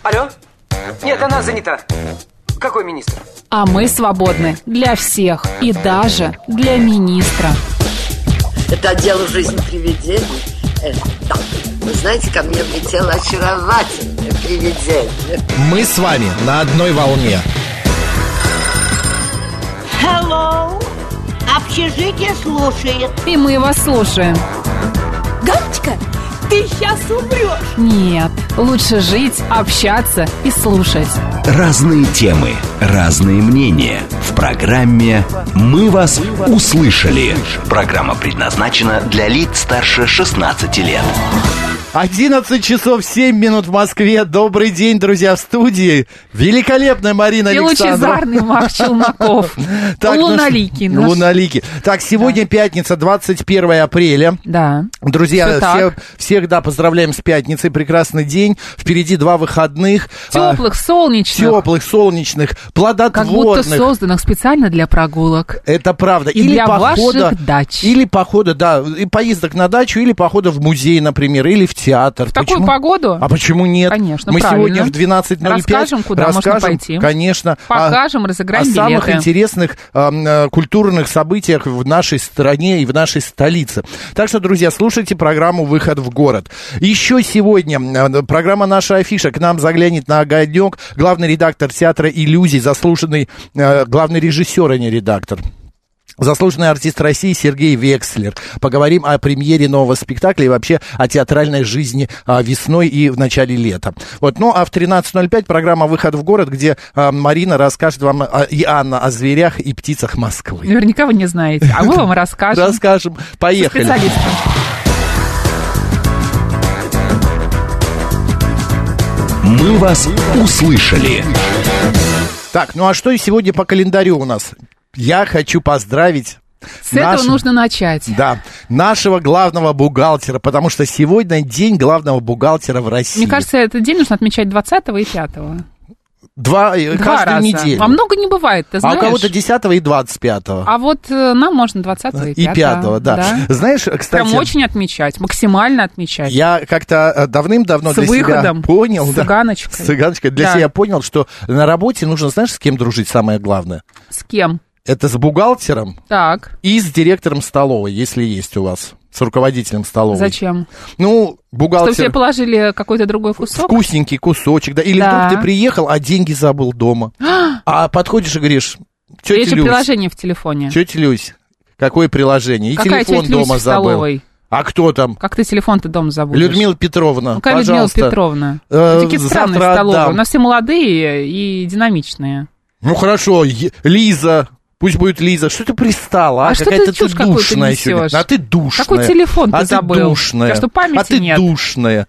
Алло? Нет, она занята. Какой министр? А мы свободны для всех и даже для министра. Это отдел «Жизнь привидений». Да. Вы знаете, ко мне влетело очаровательное привидение. Мы с вами на одной волне. Hello. Общежитие слушает. И мы вас слушаем. Галочка, ты сейчас умрешь. Нет, лучше жить, общаться и слушать. Разные темы, разные мнения. В программе «Мы вас услышали». Программа предназначена для лиц старше 16 лет. 11 часов 7 минут в Москве. Добрый день, друзья, в студии. Великолепная Марина и Александрова. лучезарный Марк Челноков. Луналикий наш. Луналикий. Так, сегодня пятница, 21 апреля. Да. Друзья, всех, поздравляем с пятницей. Прекрасный день. Впереди 2 выходных. Теплых, солнечных, плодотворных. Как будто созданных специально для прогулок. Это правда. И или для похода, ваших дач. Или похода, да, и поездок на дачу, или похода в музей, например, или в театр. В такую погоду? А почему нет? Конечно, мы правильно. сегодня в 12:05 расскажем, куда можно пойти. Конечно. Покажем, разыграем билеты. О самых интересных культурных событиях в нашей стране и в нашей столице. Так что, друзья, слушайте программу «Выход в город». Еще сегодня программа «Наша афиша». К нам заглянет на огонек главный редактор театра «Иллюзий», заслуженный главный режиссер, а не редактор. Заслуженный артист России Сергей Векслер. Поговорим о премьере нового спектакля и вообще о театральной жизни весной и в начале лета. Вот. Ну, а в 13:05 программа «Выход в город», где Марина расскажет вам и Анна о зверях и птицах Москвы. Наверняка вы не знаете, а мы вам расскажем. Расскажем. Поехали. Мы вас услышали. Так, ну а что сегодня по календарю у нас? Я хочу поздравить... С этого нужно начать. Да, нашего главного бухгалтера, потому что сегодня день главного бухгалтера в России. Мне кажется, этот день нужно отмечать 20-го и 5-го. Каждую раза. неделю. Во много не бывает, ты знаешь. А у кого-то 10-го и 25-го. А вот нам можно 20-го и 5-го. И 5-го, да. Знаешь, кстати... Прям очень отмечать, максимально отмечать. Я как-то давным-давно для себя понял... С цыганочкой. С цыганочкой. Для себя понял, что на работе нужно, знаешь, с кем дружить самое главное? С кем? Это с бухгалтером. Так. И с директором столовой, если есть у вас. С руководителем столовой. Зачем? Ну, бухгалтер... Чтобы тебе положили какой-то другой кусок? Вкусненький кусочек, да. Или вдруг ты приехал, а деньги забыл дома. А подходишь и говоришь: тетя Люсь. Есть же приложение в телефоне. Тетя Люсь, какое приложение? И какая телефон тетя Люсь дома в столовой? А кто там? Как ты телефон-то дома забудешь? Людмила Петровна, какая пожалуйста. Людмила Петровна? Такие странные столовые. Отдам. У нас все молодые и динамичные. Ну, хорошо, Лиза... Пусть будет Лиза. Что ты пристала, а? Какая-то ты душная сегодня. А ты душная. Какой телефон ты забыл? Ты душная. Так что памяти нет. А ты душная.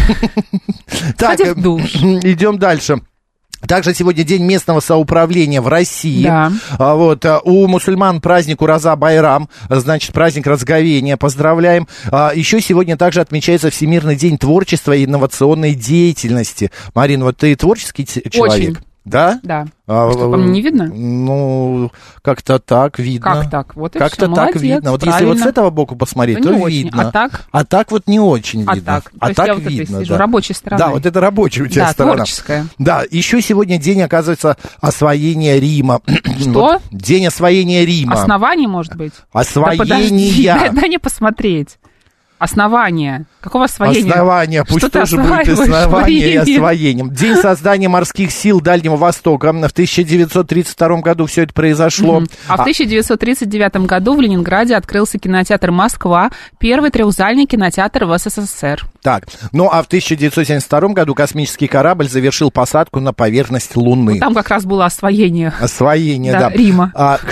Так, идем дальше. Также сегодня день местного самоуправления в России. Да. Вот, у мусульман праздник Ураза Байрам, значит, праздник разговения, поздравляем. Еще сегодня также отмечается Всемирный день творчества и инновационной деятельности. Марин, вот ты творческий человек? Очень. Да? Да. Что, по мне не видно? Ну, как-то так видно. Как так? Вот и как-то все, так видно. Вот если вот с этого боку посмотреть, то видно. А так? А так вот не очень видно. А так вот видно, вижу, рабочей стороны. Да, вот это рабочая у тебя сторона. Творческая. Да, еще сегодня день, оказывается, освоения Рима. Что? Вот, день освоения Рима. Основание, может быть? Освоения. Дай мне посмотреть. Основание. Какого освоения? Основание, пусть тоже будет основание и освоением. День создания морских сил Дальнего Востока. В 1932 году все это произошло. А в 1939 году в Ленинграде открылся кинотеатр «Москва», первый треугольный кинотеатр в СССР. Так, ну а в 1972 году космический корабль завершил посадку на поверхность Луны. Ну, там как раз было освоение. Освоение, да. Рима.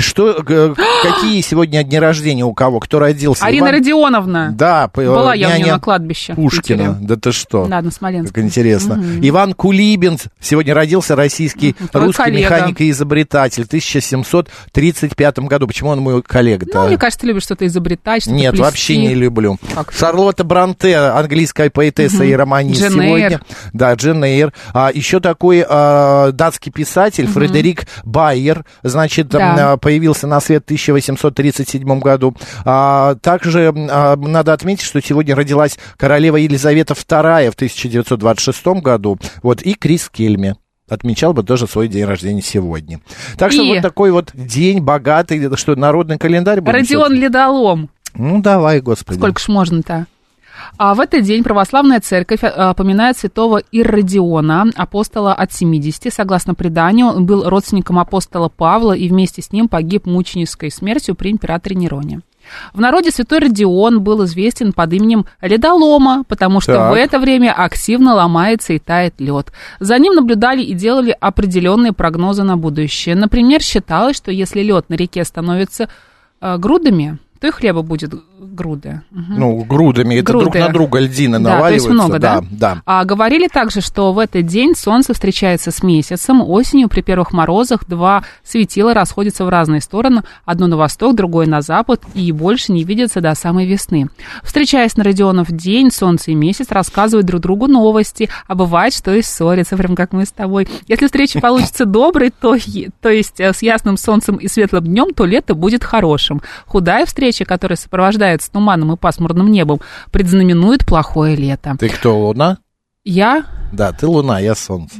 Какие сегодня дни рождения у кого? Кто родился? Арина Родионовна. Да. Была я у нее на кладбище. Пушкина. Да ты что? Да, на Смоленске. Как интересно. Иван Кулибин сегодня родился, российский русский механик и изобретатель в 1735 году. Почему он мой коллега-то? Ну, мне кажется, ты любишь что-то изобретать, что-то Нет, плести. вообще не люблю. Как? Шарлотта Бронте, английская поэтесса и романист сегодня. Да, Джен Эйр. Еще такой датский писатель Фредерик Байер, значит, появился на свет в 1837 году. Также надо отметить, знаете, что сегодня родилась королева Елизавета II в 1926 году. Вот, и Крис Кельме отмечал бы тоже свой день рождения сегодня. Так что вот такой вот день богатый, что народный календарь. Родион Ледолом. Ну, давай, господи. Сколько ж можно-то? А в этот день православная церковь поминает святого Ирродиона, апостола от 70. Согласно преданию, он был родственником апостола Павла и вместе с ним погиб мученической смертью при императоре Нероне. В народе святой Родион был известен под именем Ледолома, потому что в это время активно ломается и тает лед. За ним наблюдали и делали определенные прогнозы на будущее. Например, считалось, что если лед на реке становится грудами, то и хлеба будет груды. Ну, грудами, это друг на друга льдины наваливаются. То есть много, да? А говорили также, что в этот день солнце встречается с месяцем, осенью при первых морозах два светила расходятся в разные стороны, одно на восток, другое на запад, и больше не видятся до самой весны. Встречаясь на Родионов день, солнце и месяц рассказывают друг другу новости, а бывает, что и ссорятся, прям как мы с тобой. Если встреча получится доброй, то есть с ясным солнцем и светлым днем, то лето будет хорошим. Худая встреча, которая сопровождается туманом и пасмурным небом, предзнаменует плохое лето. Ты кто, Луна? Я? Да, ты Луна, я Солнце.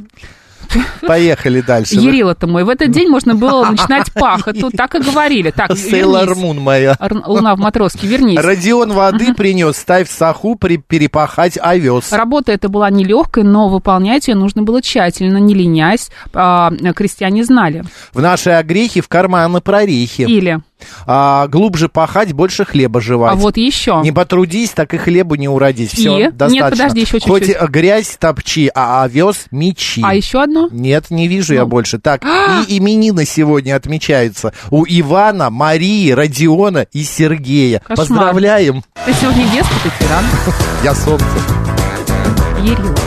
Поехали дальше. Ярила-то мой. В этот день можно было начинать пахоту. Так и говорили. Так, Сейлор Мун моя. Луна в матроске, вернись. Родион воды принес, ставь в саху, перепахать овес. Работа эта была нелегкой, но выполнять ее нужно было тщательно, не ленясь. Крестьяне знали. В наши огрехи в карманы прорехи. Или... глубже пахать, больше хлеба жевать. А вот еще. Не потрудись, так и хлебу не уродить. Все, достаточно. Нет, подожди, еще чуть-чуть. Хоть грязь топчи, а овес мечи. А еще одно? Нет, не вижу я больше. Так, и именины сегодня отмечаются. У Ивана, Марии, Родиона и Сергея. Кошмар. Поздравляем. Ты сегодня деспот и тиран. Я Солнце. Ярила.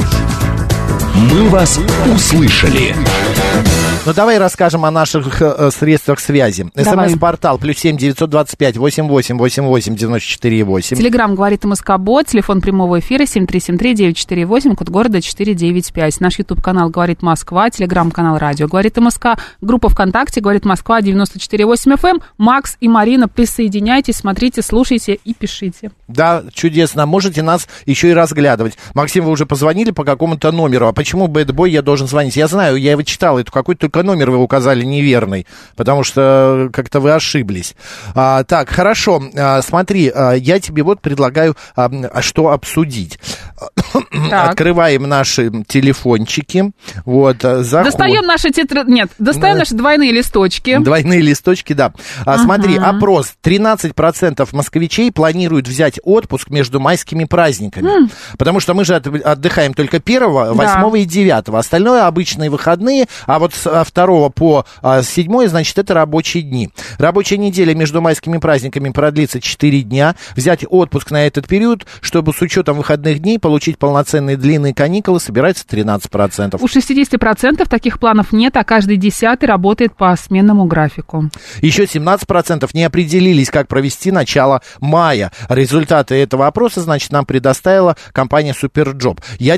Мы вас услышали. Ну, давай расскажем о наших средствах связи. СМС-портал +7 925 88 88 94 8. Телеграм говорит МСК-бот, телефон прямого эфира 7373948, код города 495. Наш YouTube-канал говорит Москва, телеграм-канал радио говорит МСК, группа ВКонтакте говорит Москва 94,8 FM. Макс и Марина, присоединяйтесь, смотрите, слушайте и пишите. Да, чудесно. Можете нас еще и разглядывать. Максим, вы уже позвонили по какому-то номеру. А почему бэдбой я должен звонить? Я знаю, я его читал, это какой-то только номер вы указали неверный, потому что как-то вы ошиблись. Так, хорошо, смотри, я тебе вот предлагаю что обсудить. Так. Открываем наши телефончики. Вот, достаем наши достаем наши двойные листочки. Двойные листочки, да. Смотри, опрос. 13% москвичей планируют взять отпуск между майскими праздниками. Потому что мы же отдыхаем только 1, 8 и 9. Остальное обычные выходные, а вот с 2 по 7, значит, это рабочие дни. Рабочая неделя между майскими праздниками продлится 4 дня. Взять отпуск на этот период, чтобы с учетом выходных дней получить полноценные длинные каникулы, собирается 13%. У 60% таких планов нет, а каждый 10-й работает по сменному графику. Еще 17% не определились, как провести начало мая. Результаты этого опроса, значит, нам предоставила компания Суперджоп. Я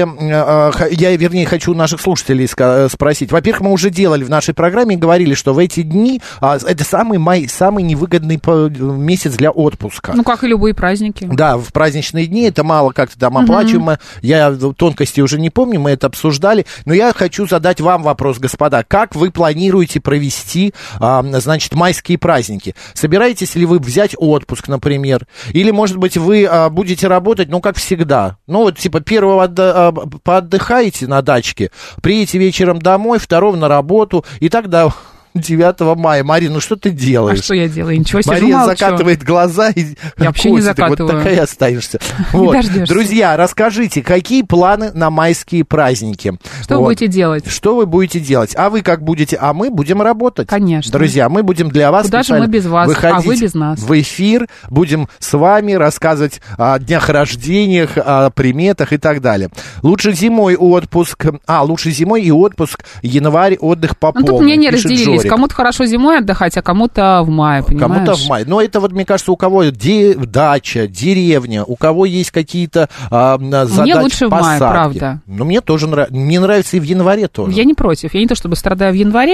хочу наших слушателей спросить. Во-первых, мы уже делали в нашей программе и говорили, что в эти дни это самый май, самый невыгодный месяц для отпуска. Ну, как и любые праздники. Да, в праздничные дни это мало как-то там оплачиваемо. Я тонкости уже не помню, мы это обсуждали. Но я хочу задать вам вопрос, господа. Как вы планируете провести, значит, майские праздники? Собираетесь ли вы взять отпуск, например? Или, может быть, вы будете работать, ну, как всегда? Ну, вот, типа, 1 поотдыхаете на дачке, приедете вечером домой, 2 на работу, и тогда 9 мая. Марина, ну что ты делаешь? А что я делаю? Ничего себе, Мария закатывает глаза и... Я вообще не закатываю. Вот такая останешься. Вот. Друзья, расскажите, какие планы на майские праздники? Что вы будете делать? Что вы будете делать? А вы как будете? А мы будем работать. Конечно. Друзья, мы будем для вас... Куда же мы без вас, а вы без нас? В эфир, будем с вами рассказывать о днях рождениях, о приметах и так далее. Лучше зимой отпуск... лучше зимой и отпуск, январь, отдых по полной. Ну, тут мнения разделились. Кому-то хорошо зимой отдыхать, а кому-то в мае, понимаешь? Кому-то в мае. Но это вот, мне кажется, у кого дача, деревня, у кого есть какие-то задачи. Мне лучше в мае, посадки. правда. Ну, мне тоже нравится. Мне нравится и в январе тоже. Я не против. Я не то чтобы страдаю в январе.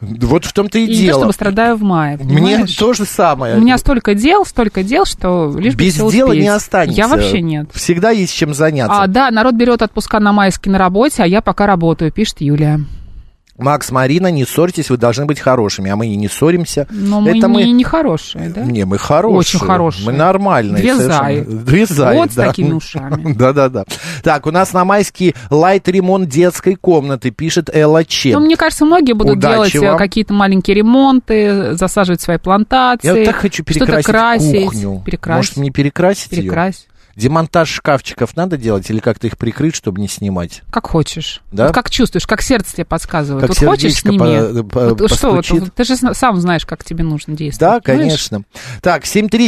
Вот в том-то и И не дело. то, чтобы страдаю в мае, Мне понимаешь? то же самое. У меня столько дел, что лишь бы Без все дела успеть. не останется. Я вообще нет. Всегда есть чем заняться. Да, народ берет отпуска на майские на работе, а я пока работаю, пишет Юлия. Макс, Марина, не ссорьтесь, вы должны быть хорошими, а мы и не ссоримся. Но мы не хорошие, да? Не, мы хорошие. Очень хорошие. Мы нормальные. Две совершенно. заи. Две заи, Вот с да. такими ушами. Да-да-да. Так, у нас на майский лайт-ремонт детской комнаты, пишет Элла Че. Ну, мне кажется, многие будут Удачи делать вам. какие-то маленькие ремонты, засаживать свои плантации. Я вот так хочу перекрасить что-то красить. кухню. Перекрась. Может, мне перекрасить ее? Перекрась. Демонтаж шкафчиков надо делать или как-то их прикрыть, чтобы не снимать? Как хочешь. Да? Вот как чувствуешь, как сердце тебе подсказывает. Как вот хочешь, сердечко сними. Что, постучит. ты же сам знаешь, как тебе нужно Да, действовать. понимаешь? конечно. Так,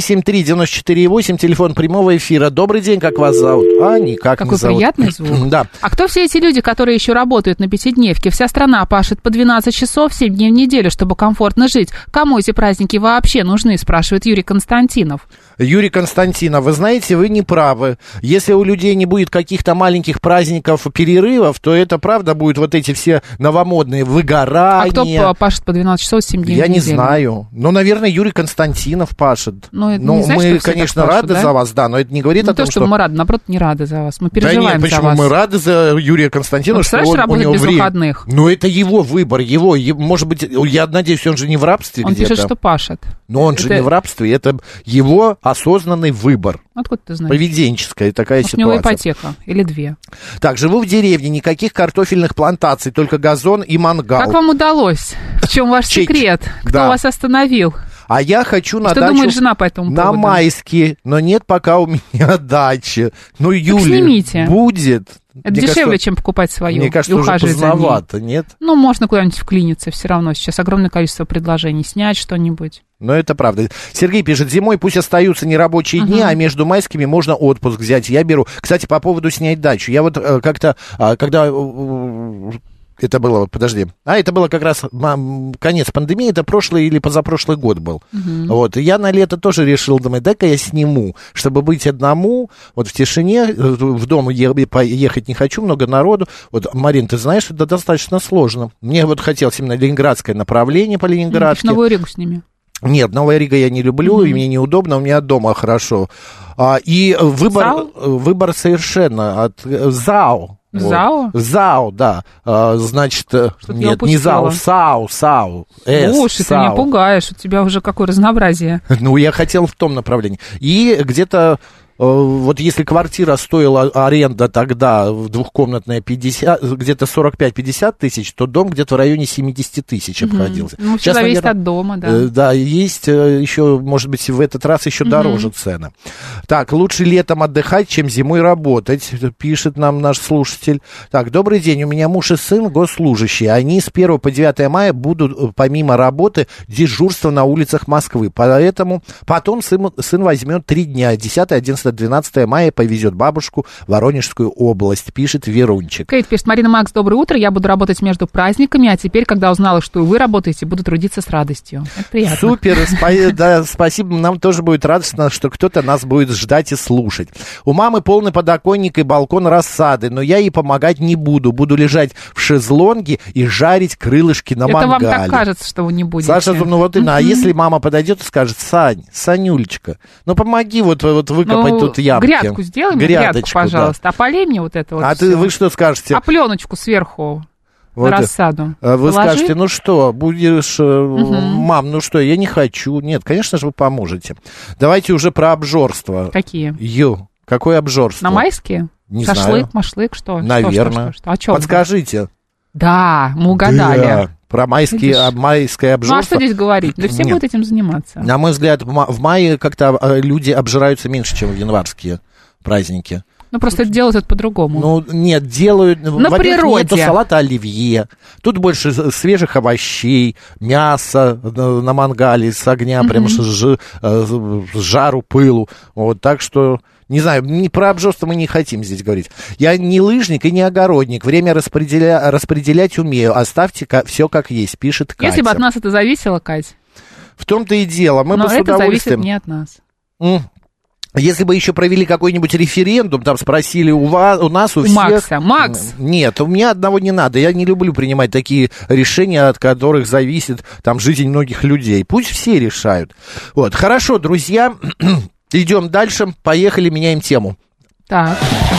7373948, телефон прямого эфира. Добрый день, как вас зовут? Никак Какой не зовут. приятный звук. Да. А кто все эти люди, которые еще работают на пятидневке? Вся страна пашет по 12 часов 7 дней в неделю, чтобы комфортно жить. Кому эти праздники вообще нужны, спрашивает Юрий Константинов. Юрий Константинов, вы знаете, вы не правы. Если у людей не будет каких-то маленьких праздников, перерывов, то это правда будет вот эти все новомодные выгорания. А кто пашет по 12 часов 7 дней в Я не неделю? знаю. Ну, наверное, Юрий Константинов пашет. Ну, это не значит, мы, что все конечно, так пашут, рады да? за вас, да, но это не говорит Не о том, то, чтобы мы рады, наоборот, не рады за вас. Мы Да переживаем нет, за почему вас. мы рады за Юрия Константинова, Ну, что представляешь, у него работать без время. выходных. Ну, это его выбор, может быть, я надеюсь, он же не в рабстве Он где-то. пишет, что пашет. Но он же Это- не в рабстве, это его осознанный выбор. Откуда ты знаешь? Поведенческая такая Может, у него ситуация. ипотека или две. Так, живу в деревне, никаких картофельных плантаций, только газон и мангал. Как вам удалось? В чем ваш Чей- секрет? Кто Да. вас остановил? А я хочу на Что дачу думает жена по этому на поводу? майские, но нет пока у меня дачи. Ну, Юля, снимите. будет. Это Мне дешевле, кажется, чем покупать свою Мне и кажется, уже ухаживать за ней. поздновато, нет? Ну, можно куда-нибудь вклиниться все равно. Сейчас огромное количество предложений. Снять что-нибудь. Но это правда. Сергей пишет, зимой пусть остаются нерабочие дни, а между майскими можно отпуск взять. Я беру. Кстати, по поводу снять дачу. Я вот как-то, когда... Это было, подожди. Это было как раз конец пандемии, это прошлый или позапрошлый год был. Вот, и я на лето тоже решил, думаю, дай-ка я сниму, чтобы быть одному, вот в тишине, в дом ехать не хочу, много народу. Вот, Марин, ты знаешь, это достаточно сложно. Мне вот хотелось именно ленинградское направление по Ленинградке. Новую Ригу сними. Нет, Новая Рига я не люблю, и мне неудобно, у меня дома хорошо. И выбор совершенно от ЗАО. ЗАО? Вот. ЗАО, да. Значит, нет, не ЗАО, САО. Слушай, ты меня пугаешь, у тебя уже какое разнообразие. Ну, я хотел в том направлении. И где-то, вот если квартира стоила, аренда тогда двухкомнатная 50, где-то 45-50 тысяч, то дом где-то в районе 70 тысяч обходился. Ну, все зависит от дома, да. Да, есть еще, может быть, в этот раз еще дороже цены. Так, лучше летом отдыхать, чем зимой работать, пишет нам наш слушатель. Так, добрый день, у меня муж и сын госслужащие. Они с 1 по 9 мая будут, помимо работы, дежурство на улицах Москвы. Поэтому потом сын возьмет 3 дня, 10, 11, 12 мая повезет бабушку в Воронежскую область, пишет Верунчик. Кейт пишет, Марина, Макс, доброе утро, я буду работать между праздниками, а теперь, когда узнала, что и вы работаете, буду трудиться с радостью. Это приятно. Супер, да, спасибо, нам тоже будет радостно, что кто-то нас будет ждать и слушать. У мамы полный подоконник и балкон рассады, но я ей помогать не буду, буду лежать в шезлонге и жарить крылышки на мангале. Это вам так кажется, что вы не будете. Саша, ну вот именно, а если мама подойдет и скажет, Санюлечка, ну помоги вот выкопать тут ямки. Грядку сделай мне, грядку, пожалуйста, да. А полей мне вот это вот А всё. вы что скажете? А пленочку сверху Вот, на рассаду вы положи. скажете, ну что, будешь, мам, ну что, я не хочу. Нет, конечно же, вы поможете. Давайте уже про обжорство. Какие? Какое обжорство? На майские? Не Шашлык, знаю. машлык, что? Наверное. Что? О чем? Подскажите. Да, мы угадали. Да, про майское Ну, обжорство. а что здесь говорить? Да все Нет. будут этим заниматься. На мой взгляд, в мае как-то люди обжираются меньше, чем в январские праздники. Ну, просто это делают это по-другому. Ну, нет, делают... На во-первых, природе. нету салата оливье. Тут больше свежих овощей, мяса на мангале с огня, прям с жару, пылу. Вот, так что... Не знаю, про обжорство мы не хотим здесь говорить. Я не лыжник и не огородник. Время распределять умею. Оставьте все как есть, пишет Катя. Если бы от нас это зависело, Кать. В том-то и дело. Мы Но бы с это зависит удовольствием... не от нас. Если бы еще провели какой-нибудь референдум, там спросили у нас, у всех... Макса. Макс! Нет, у меня одного не надо. Я не люблю принимать такие решения, от которых зависит там жизнь многих людей. Пусть все решают. Вот, хорошо, друзья, идем дальше. Поехали, меняем тему. Так.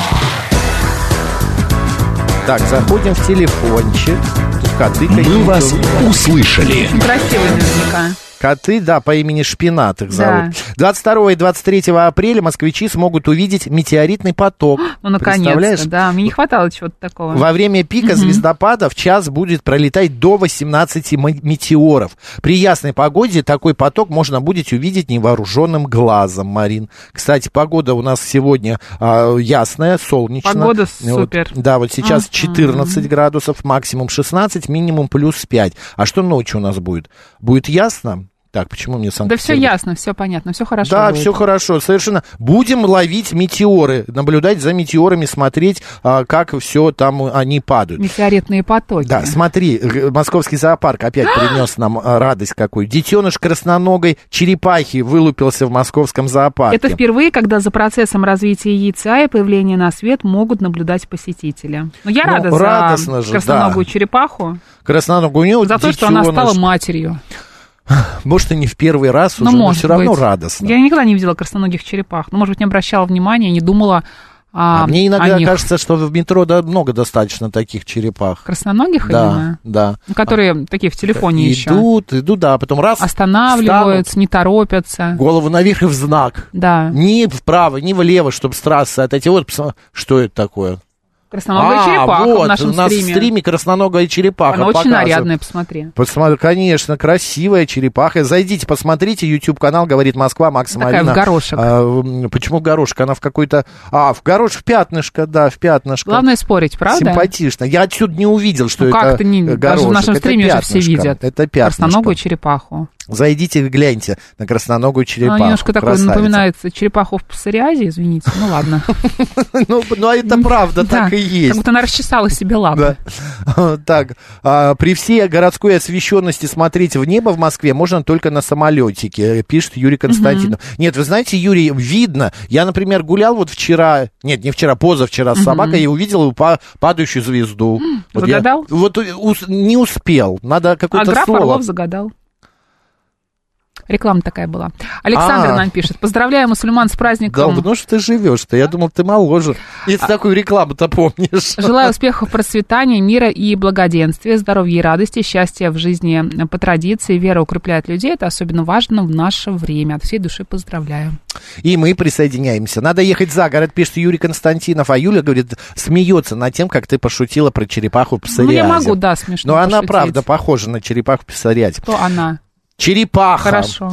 Так, заходим в телефончик. Тут коты какие-то. Мы вас услышали. Красивый наверняка. Коты, да, по имени Шпинат их зовут. 22 и 23 апреля москвичи смогут увидеть метеоритный поток. Ну, наконец-то, да. Мне не хватало чего-то такого. Во время пика звездопада в час будет пролетать до 18 метеоров. При ясной погоде такой поток можно будет увидеть невооруженным глазом, Марин. Кстати, погода у нас сегодня ясная, солнечная. Погода супер. Вот, да, вот сейчас 14 градусов, максимум 16, минимум плюс 5. А что ночью у нас будет? Будет ясно? Так, почему мне Санкт-Петербург? Да все ясно, все понятно, все хорошо. Да, будет. все хорошо, совершенно. Будем ловить метеоры, наблюдать за метеорами, смотреть, как все там они падают. Метеоритные потоки. Да, смотри, московский зоопарк опять принес нам радость какую. Детеныш красноногой черепахи вылупился в московском зоопарке. Это впервые, когда за процессом развития яйца и появления на свет могут наблюдать посетители. Но я рада за красноногую черепаху. Красноногую, у него за то, что она стала матерью. Может, и не в первый раз уже, но все равно радостно. Я никогда не видела красноногих черепах. Ну, может быть, не обращала внимания, не думала о мне иногда них. Кажется, что в метро много достаточно таких черепах. Красноногих именно? Да. Которые такие в телефоне идут, да, потом раз останавливаются, встанут, не торопятся. Голову наверх и в знак. Да. Ни вправо, ни влево, чтобы с трассы отойти. Вот, что это такое? Красноногая черепаха вот, в нашем у нас стриме. В стриме красноногая черепаха. Она очень нарядная, посмотри. Конечно, красивая черепаха. Зайдите, посмотрите, YouTube-канал «Говорит Москва», Макс и Марина. Такая в горошек. Почему горошек? Она в какой-то... в горошек, в пятнышко, да, в пятнышко. Главное спорить, правда? Симпатично. Я отсюда не увидел, что это как-то горошек. Даже в нашем стриме уже все видят. Это пятнышко. Красноногую черепаху. Зайдите и гляньте на красноногую черепаху. Она немножко такой напоминает черепаху в псориазе, извините. Ну ладно. Ну, это правда, так и есть. Как будто она расчесала себе лапы. Так, при всей городской освещенности смотреть в небо в Москве можно только на самолетике, пишет Юрий Константинов. Нет, вы знаете, Юрий, видно. Я, например, гулял вот вчера, нет, не вчера, позавчера с собакой и увидел падающую звезду. Загадал? Вот не успел. Надо какое-то слово. А граф Орлов загадал. Реклама такая была. Александр нам пишет. Поздравляю мусульман с праздником. Да, ну что ты живешь-то? Я думал, ты моложе. Если такую рекламу-то помнишь. Желаю успехов, процветания, мира и благоденствия, здоровья и радости, счастья в жизни по традиции. Вера укрепляет людей. Это особенно важно в наше время. От всей души поздравляю. И мы присоединяемся. Надо ехать за город, пишет Юрий Константинов. А Юля, говорит, смеется над тем, как ты пошутила про черепаху в псориазе. Ну, я могу, да, смешно Но пошутить. она, правда, похожа на черепаху в псориазе. Кто она? Черепаха. Хорошо.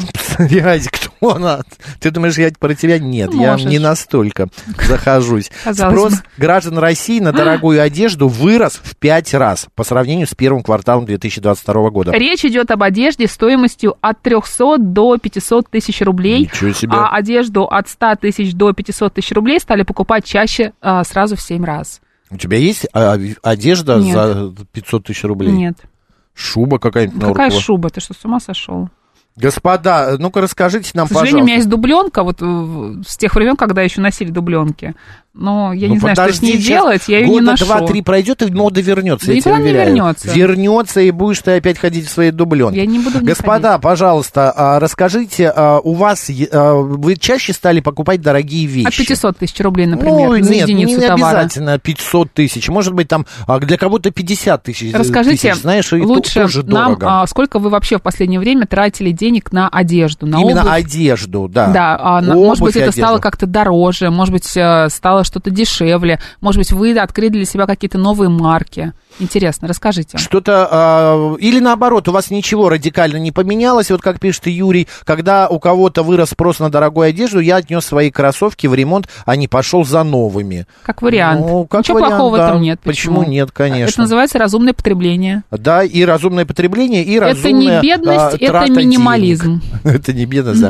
Кто она? Ты думаешь, я про тебя? Нет, Можешь. Я не настолько захожусь. Казалось Спрос граждан России на дорогую одежду вырос в 5 раз по сравнению с первым кварталом 2022 года. Речь идет об одежде стоимостью от 300 до 500 тысяч рублей. Ничего себе. А одежду от 100 тысяч до 500 тысяч рублей стали покупать чаще сразу в 7 раз. У тебя есть одежда Нет. за 500 тысяч рублей? Нет. Шуба какая-нибудь норковая? Какая шуба? Ты что, с ума сошел? Господа, ну-ка расскажите нам, К сожалению, пожалуйста. у меня есть дубленка, вот с тех времен, когда еще носили дубленки. Но я не знаю, что с ней делать, я ее не ношу. Года 2-3 пройдет, и мода вернется, Да я тебе никуда не уверяю. вернется. Вернется, и будешь ты опять ходить в своей дубленке. Я не буду в ней Господа, пожалуйста, расскажите, у вас, вы чаще стали покупать дорогие вещи? От 500 тысяч рублей, например, за единицу не товара. обязательно 500 тысяч. Может быть, там для кого-то 50 тысяч. Расскажите, знаешь, лучше тоже нам, дорого. сколько вы вообще в последнее время тратили денег на одежду, на Именно обувь? одежду, да. Да, может быть, это стало как-то дороже, может быть, стало что-то дешевле, может быть, вы открыли для себя какие-то новые марки. Интересно, расскажите. Что-то, или наоборот, у вас ничего радикально не поменялось, вот как пишет Юрий, когда у кого-то вырос спрос на дорогую одежду, я отнес свои кроссовки в ремонт, а не пошел за новыми. Как вариант. Ну, как Ничего вариант, плохого в да. этом нет. Почему нет, конечно. Это называется разумное потребление. Да, и разумное потребление, и разумное Это не бедность, это трата минимализм. денег. Это не бедность, да.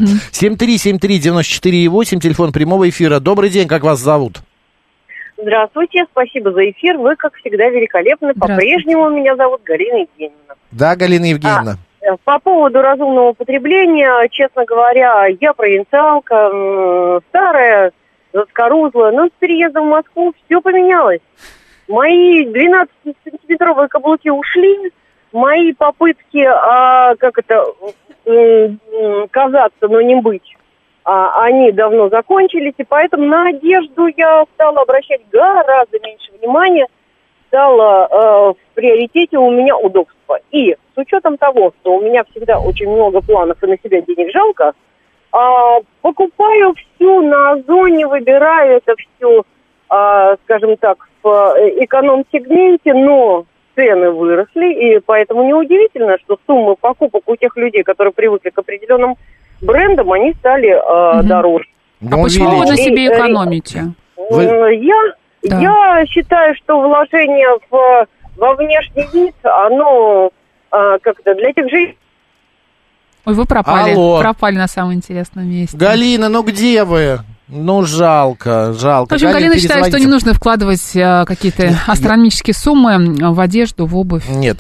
7373948, телефон прямого эфира. Добрый день, как вас зовут? Здравствуйте, спасибо за эфир. Вы, как всегда, великолепны. По-прежнему меня зовут Галина Евгеньевна. Да, Галина Евгеньевна. По поводу разумного потребления, честно говоря, я провинциалка, старая, заскорузлая, но с переездом в Москву все поменялось. Мои 12-сантиметровые каблуки ушли, мои попытки, казаться, но не быть, они давно закончились, и поэтому на одежду я стала обращать гораздо меньше внимания, стало в приоритете у меня удобство. И с учетом того, что у меня всегда очень много планов и на себя денег жалко, покупаю всю на Озоне, выбираю это все, скажем так, в эконом-сегменте, но цены выросли, и поэтому неудивительно, что суммы покупок у тех людей, которые привыкли к определенным брендам, они стали дороже. А почему вы на себе экономите? Я считаю, что вложение во внешний вид, оно для тех же... Ой, вы пропали. Алло. Пропали на самом интересном месте. Галина, ну где вы? Ну, жалко. В общем, Галина считает, что не нужно вкладывать какие-то астрономические суммы в одежду, в обувь. Нет,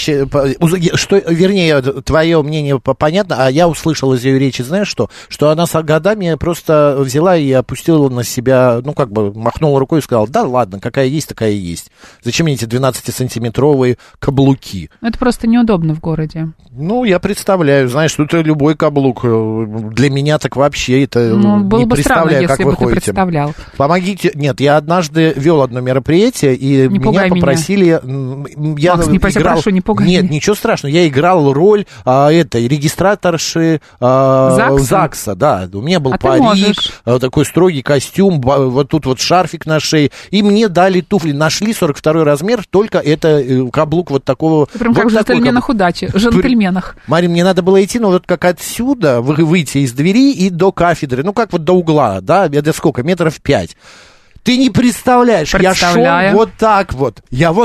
твое мнение понятно, а я услышал из ее речи, знаешь что? Что она с годами просто взяла и опустила на себя, махнула рукой и сказала, да ладно, какая есть, такая и есть. Зачем мне эти 12-сантиметровые каблуки? Это просто неудобно в городе. Ну, я представляю, знаешь, тут любой каблук, для меня так вообще это было не бы представляю, странно, как если вы бы ты ходите. представлял. Помогите. Нет, я однажды вел одно мероприятие, и меня попросили... Макс, не прошу, не пугай Нет, меня. ничего страшного. Я играл роль регистраторши ЗАГСа. Да, у меня был парик, такой строгий костюм, вот тут вот шарфик на шее, и мне дали туфли. Нашли 42-й размер, только это каблук вот такого... Прям вот как в джентльменах удачи, джентльменах. Марин, мне надо было идти, вот как отсюда, выйти из двери и до кафедры, как вот до угла, да, это сколько, 5 метров. Ты не представляешь, я шел вот так вот.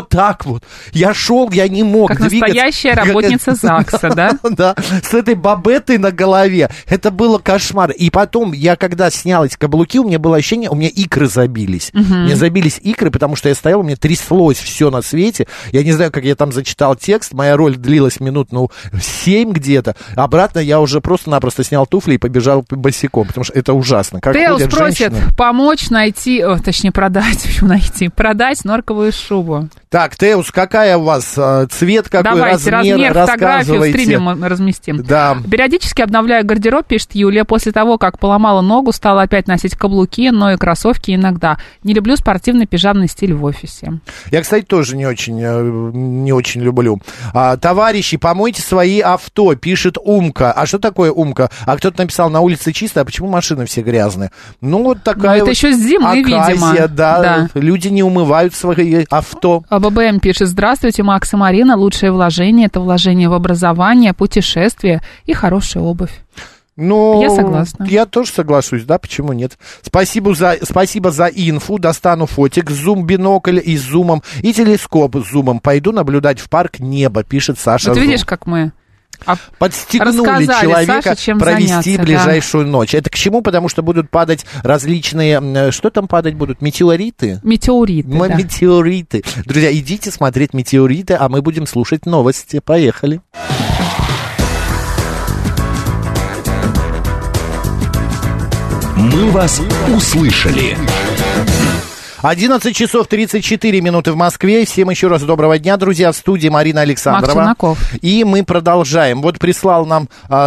Я шел, я не мог как двигаться. Как настоящая работница ЗАГСа, да? Да, с этой бабетой на голове. Это было кошмар. И потом, я когда снял эти каблуки, у меня было ощущение, у меня икры забились. У меня забились икры, потому что я стоял, у меня тряслось все на свете. Я не знаю, как я там зачитал текст. Моя роль длилась минут, 7 где-то. Обратно я уже просто-напросто снял туфли и побежал босиком, потому что это ужасно. Как Теос просит помочь найти... Точнее, продать норковую шубу. Так, Теус, какая у вас цвет, какой давайте, размер, фотографию в стриме мы разместим. Да. Периодически обновляю гардероб, пишет Юлия. После того, как поломала ногу, стала опять носить каблуки, но и кроссовки иногда. Не люблю спортивный пижамный стиль в офисе. Я, кстати, тоже не очень люблю. Товарищи, помойте свои авто, пишет Умка. А что такое Умка? А кто-то написал, на улице чисто, а почему машины все грязные? Ну, вот такая это еще с зимы, видимо. Да, люди не умывают свои авто. ББМ пишет: здравствуйте, Макс и Марина. Лучшее вложение – это вложение в образование, путешествие и хорошая обувь. Ну, я согласна. Я тоже соглашусь, да, почему нет? Спасибо за инфу. Достану фотик с зум-бинокль и с зумом, и телескоп с зумом. Пойду наблюдать в парк небо, пишет Саша. Вот видишь, как мы... подстегнули человека Саше, провести ближайшую ночь. Это к чему? Потому что будут падать различные... Что там падать будут? Метеориты? Метеориты. Друзья, идите смотреть метеориты, а мы будем слушать новости. Поехали. Мы вас услышали. 11 часов 34 минуты в Москве. Всем еще раз доброго дня, друзья. В студии Марина Александрова. Макс Челноков. И мы продолжаем. Вот прислал нам,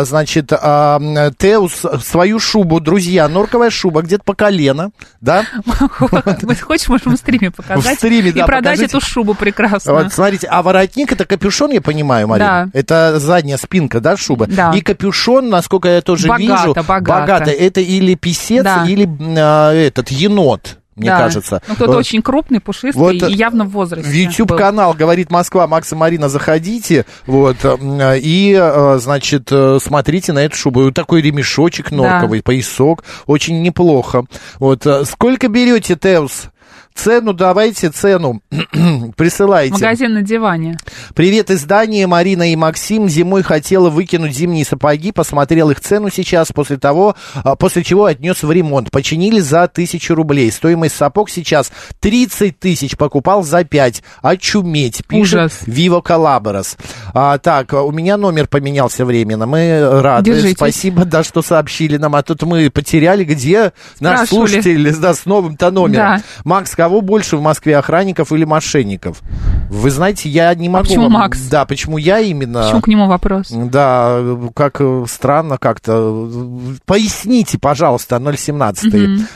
Теус свою шубу. Друзья, норковая шуба где-то по колено, да? Хочешь, можем в стриме показать? В стриме, да, и продать покажите. эту шубу прекрасную. Вот, смотрите, а воротник — это капюшон, я понимаю, Марина? Да. Это задняя спинка, да, шуба? Да. И капюшон, насколько я тоже вижу... Богато. Это или писец, да. Или енот. Мне кажется. Ну, кто-то очень крупный, пушистый вот, и явно в возрасте. В YouTube-канал «Говорит Москва», Макс и Марина, заходите, вот, и, значит, смотрите на эту шубу. Вот такой ремешочек норковый, поясок, очень неплохо. Вот, сколько берете, Теус? Цену давайте, цену присылайте. Магазин на диване. Привет из Дании, Марина и Максим. Зимой хотела выкинуть зимние сапоги, посмотрел их цену сейчас, после чего отнес в ремонт. Починили за 1000 рублей. Стоимость сапог сейчас 30 тысяч, покупал за 5. Очуметь, пишет Vivo Calaboros. Так, у меня номер поменялся временно. Мы рады. Держитесь. Спасибо, да, что сообщили нам. А тут мы потеряли, где наш слушатель с новым-то номером. Да. Макс, кого больше в Москве, охранников или мошенников? Вы знаете, я не могу... Почему Макс? Да, почему я именно... Почему к нему вопрос? Да, как странно как-то. Поясните, пожалуйста, 017.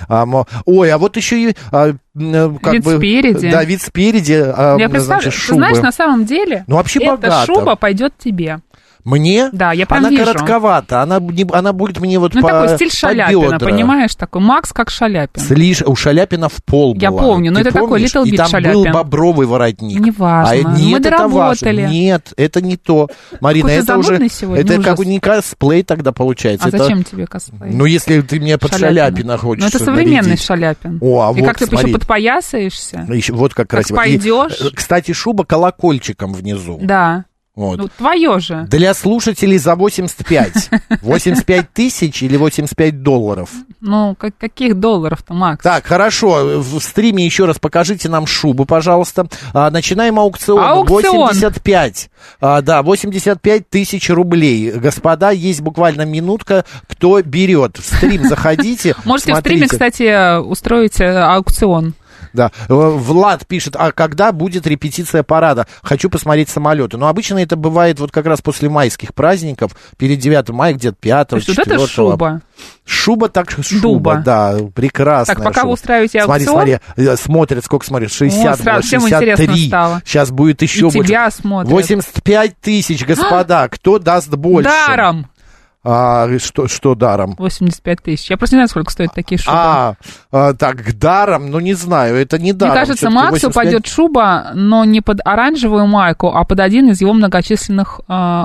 Ой, а вот еще и... вид спереди. Да, вид спереди. Я представляю, ты знаешь, на самом деле, ну, вообще эта богато. шуба пойдет тебе. Мне? Да, я прям она вижу. коротковата, она будет мне вот ну, по такой стиль Шаляпина, бедра. Понимаешь, такой Макс как Шаляпин. У Шаляпина в пол была. Я помню, но Ты это помнишь? такой Little Big И там Шаляпин. был бобровый воротник. Неважно, Нет, мы это доработали. важно. Нет, это не то. Марина, Какой-то это уже... занудный сегодня, это ужас. как бы не косплей тогда получается. А это... зачем тебе косплей? Ну, если ты мне под Шаляпина хочешь. Ну, это современный нарядить. Шаляпин. О, а и вот, как ты смотри. еще подпоясаешься. Еще, вот как красиво. Пойдешь. Кстати, шуба колокольчиком внизу. Да. Вот. Ну, твое же. Для слушателей за 85. 85 тысяч или 85 долларов? Ну, каких долларов-то, Макс? Так, хорошо. В стриме еще раз покажите нам шубу, пожалуйста. Начинаем аукцион. 85. Да, 85 тысяч рублей. Господа, есть буквально минутка. Кто берет? В стрим заходите. Можете в стриме, кстати, устроить аукцион. Да. Влад пишет, а когда будет репетиция парада? Хочу посмотреть самолеты. Но обычно это бывает вот как раз после майских праздников, перед 9 мая, где-то 5 4 вот это шуба. Шуба так шуба, Дуба. да, прекрасная. Так, пока шуба. Вы устраиваете аукцион. Смотрят, сколько смотрят, 60, О, всем интересно 63. стало. Сейчас будет еще и больше. Тебя смотрят. 85 тысяч, господа, кто даст больше? Даром. Что даром? 85 тысяч. Я просто не знаю, сколько стоят такие шубы. Так, даром, ну не знаю, это не даром. Мне кажется, Максу 85... пойдет шуба, но не под оранжевую майку, а под один из его многочисленных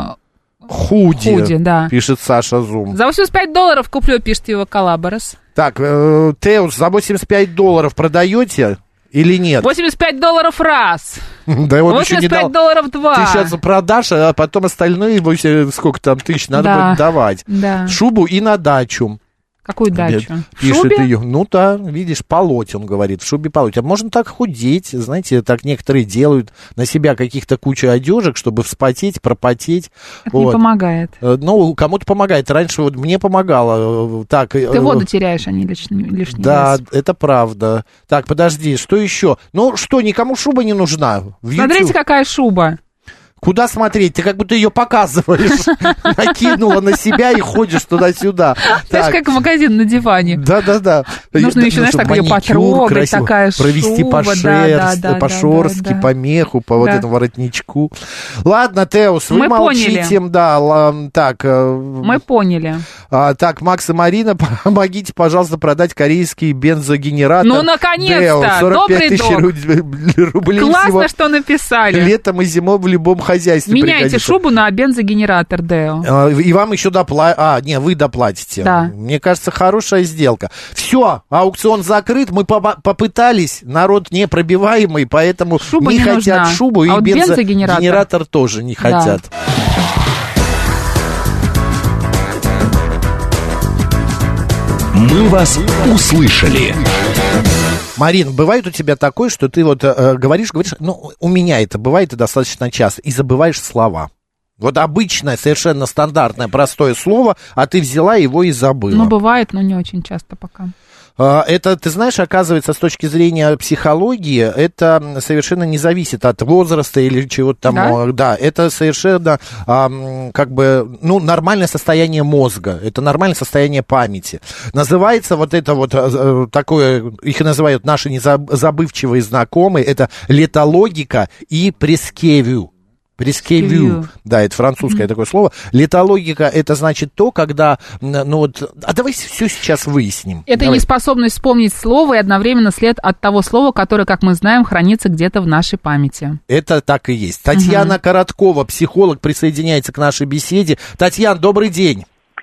худи, да. Пишет Саша Зум. За 85 долларов куплю, пишет его Calaboros. Так, Теус, за 85 долларов продаете? Или нет? 85 долларов раз. Да, он 85 долларов два. Ты сейчас продашь, а потом остальные, сколько там тысяч, надо будет давать. Да. Шубу и на дачу. Какую дачу? Пишет ее. Ну да, видишь, полоть, он говорит, в шубе полоть. А можно так худеть, знаете, так некоторые делают на себя каких-то кучу одежек, чтобы вспотеть, пропотеть. Это не помогает. Ну, кому-то помогает. Раньше вот мне помогало. Так, ты воду теряешь, а не лишний да, вес. это правда. Так, подожди, что еще? Ну что, никому шуба не нужна? Смотрите, какая шуба. Куда смотреть? Ты как будто ее показываешь. Накинула на себя и ходишь туда-сюда. Знаешь, как магазин на диване. Да-да-да. Нужно еще, знаешь, так ее потрогать, такая шуба. Провести по шерсти, по шерстке, по меху, по вот этому воротничку. Ладно, Теус, вы молчите. Да, так. Мы поняли. Так, Макс и Марина, помогите, пожалуйста, продать корейский бензогенератор. Ну, наконец-то! Добрый тысяч рублей. Классно, что написали. Летом и зимой в любом хозяйстве меняйте пригодится. Шубу на бензогенератор, Део. И вам еще вы доплатите. Да. Мне кажется, хорошая сделка. Все, аукцион закрыт, мы попытались, народ непробиваемый, поэтому шуба не хотят нужна. шубу, и вот бензогенератор тоже не хотят. Да. Мы вас услышали. Марин, бывает у тебя такое, что ты вот говоришь, ну, у меня это бывает и достаточно часто, и забываешь слова. Вот обычное, совершенно стандартное, простое слово, а ты взяла его и забыла. Ну, бывает, но не очень часто пока. Это, ты знаешь, оказывается, с точки зрения психологии, это совершенно не зависит от возраста или чего-то там. Да? Да, это совершенно, нормальное состояние мозга, это нормальное состояние памяти. Называется вот это вот такое, их называют наши незабывчивые знакомые, это летологика и прескевю. Прескевю. Да, это французское такое слово. Летологика, это значит то, когда, давай все сейчас выясним. Это неспособность вспомнить слово и одновременно след от того слова, которое, как мы знаем, хранится где-то в нашей памяти. Это так и есть. Татьяна Короткова, психолог, присоединяется к нашей беседе. Татьяна, добрый день.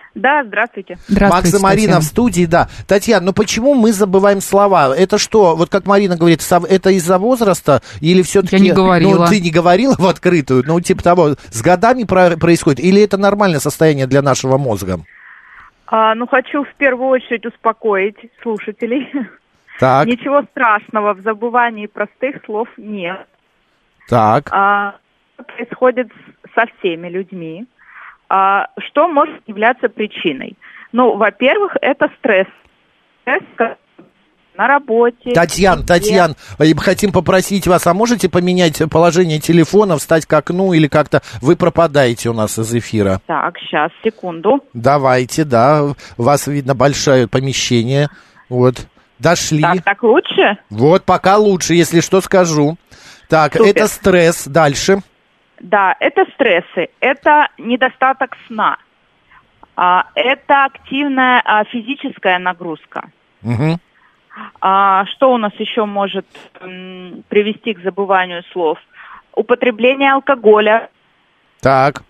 Да, здравствуйте. Макс и Марина Татьяна. в студии, да. Татьяна, ну почему мы забываем слова? Это что, вот как Марина говорит, это из-за возраста или все-таки... Я не говорила. Ну, ты не говорила в открытую, ну типа того, с годами происходит, или это нормальное состояние для нашего мозга? Хочу в первую очередь успокоить слушателей. Так. Ничего страшного в забывании простых слов нет. Так. Это происходит со всеми людьми. Что может являться причиной? Ну, во-первых, это стресс. Стресс на работе. Татьяна, хотим попросить вас, а можете поменять положение телефона, встать к окну или как-то вы пропадаете у нас из эфира? Так, сейчас, секунду. Давайте, да, у вас видно большое помещение, вот, дошли. Так лучше? Вот, пока лучше, если что, скажу. Так, Супер. это стресс, дальше. Да, это стрессы, это недостаток сна, это активная физическая нагрузка. Угу. Что у нас еще может привести к забыванию слов? Употребление алкоголя. Так.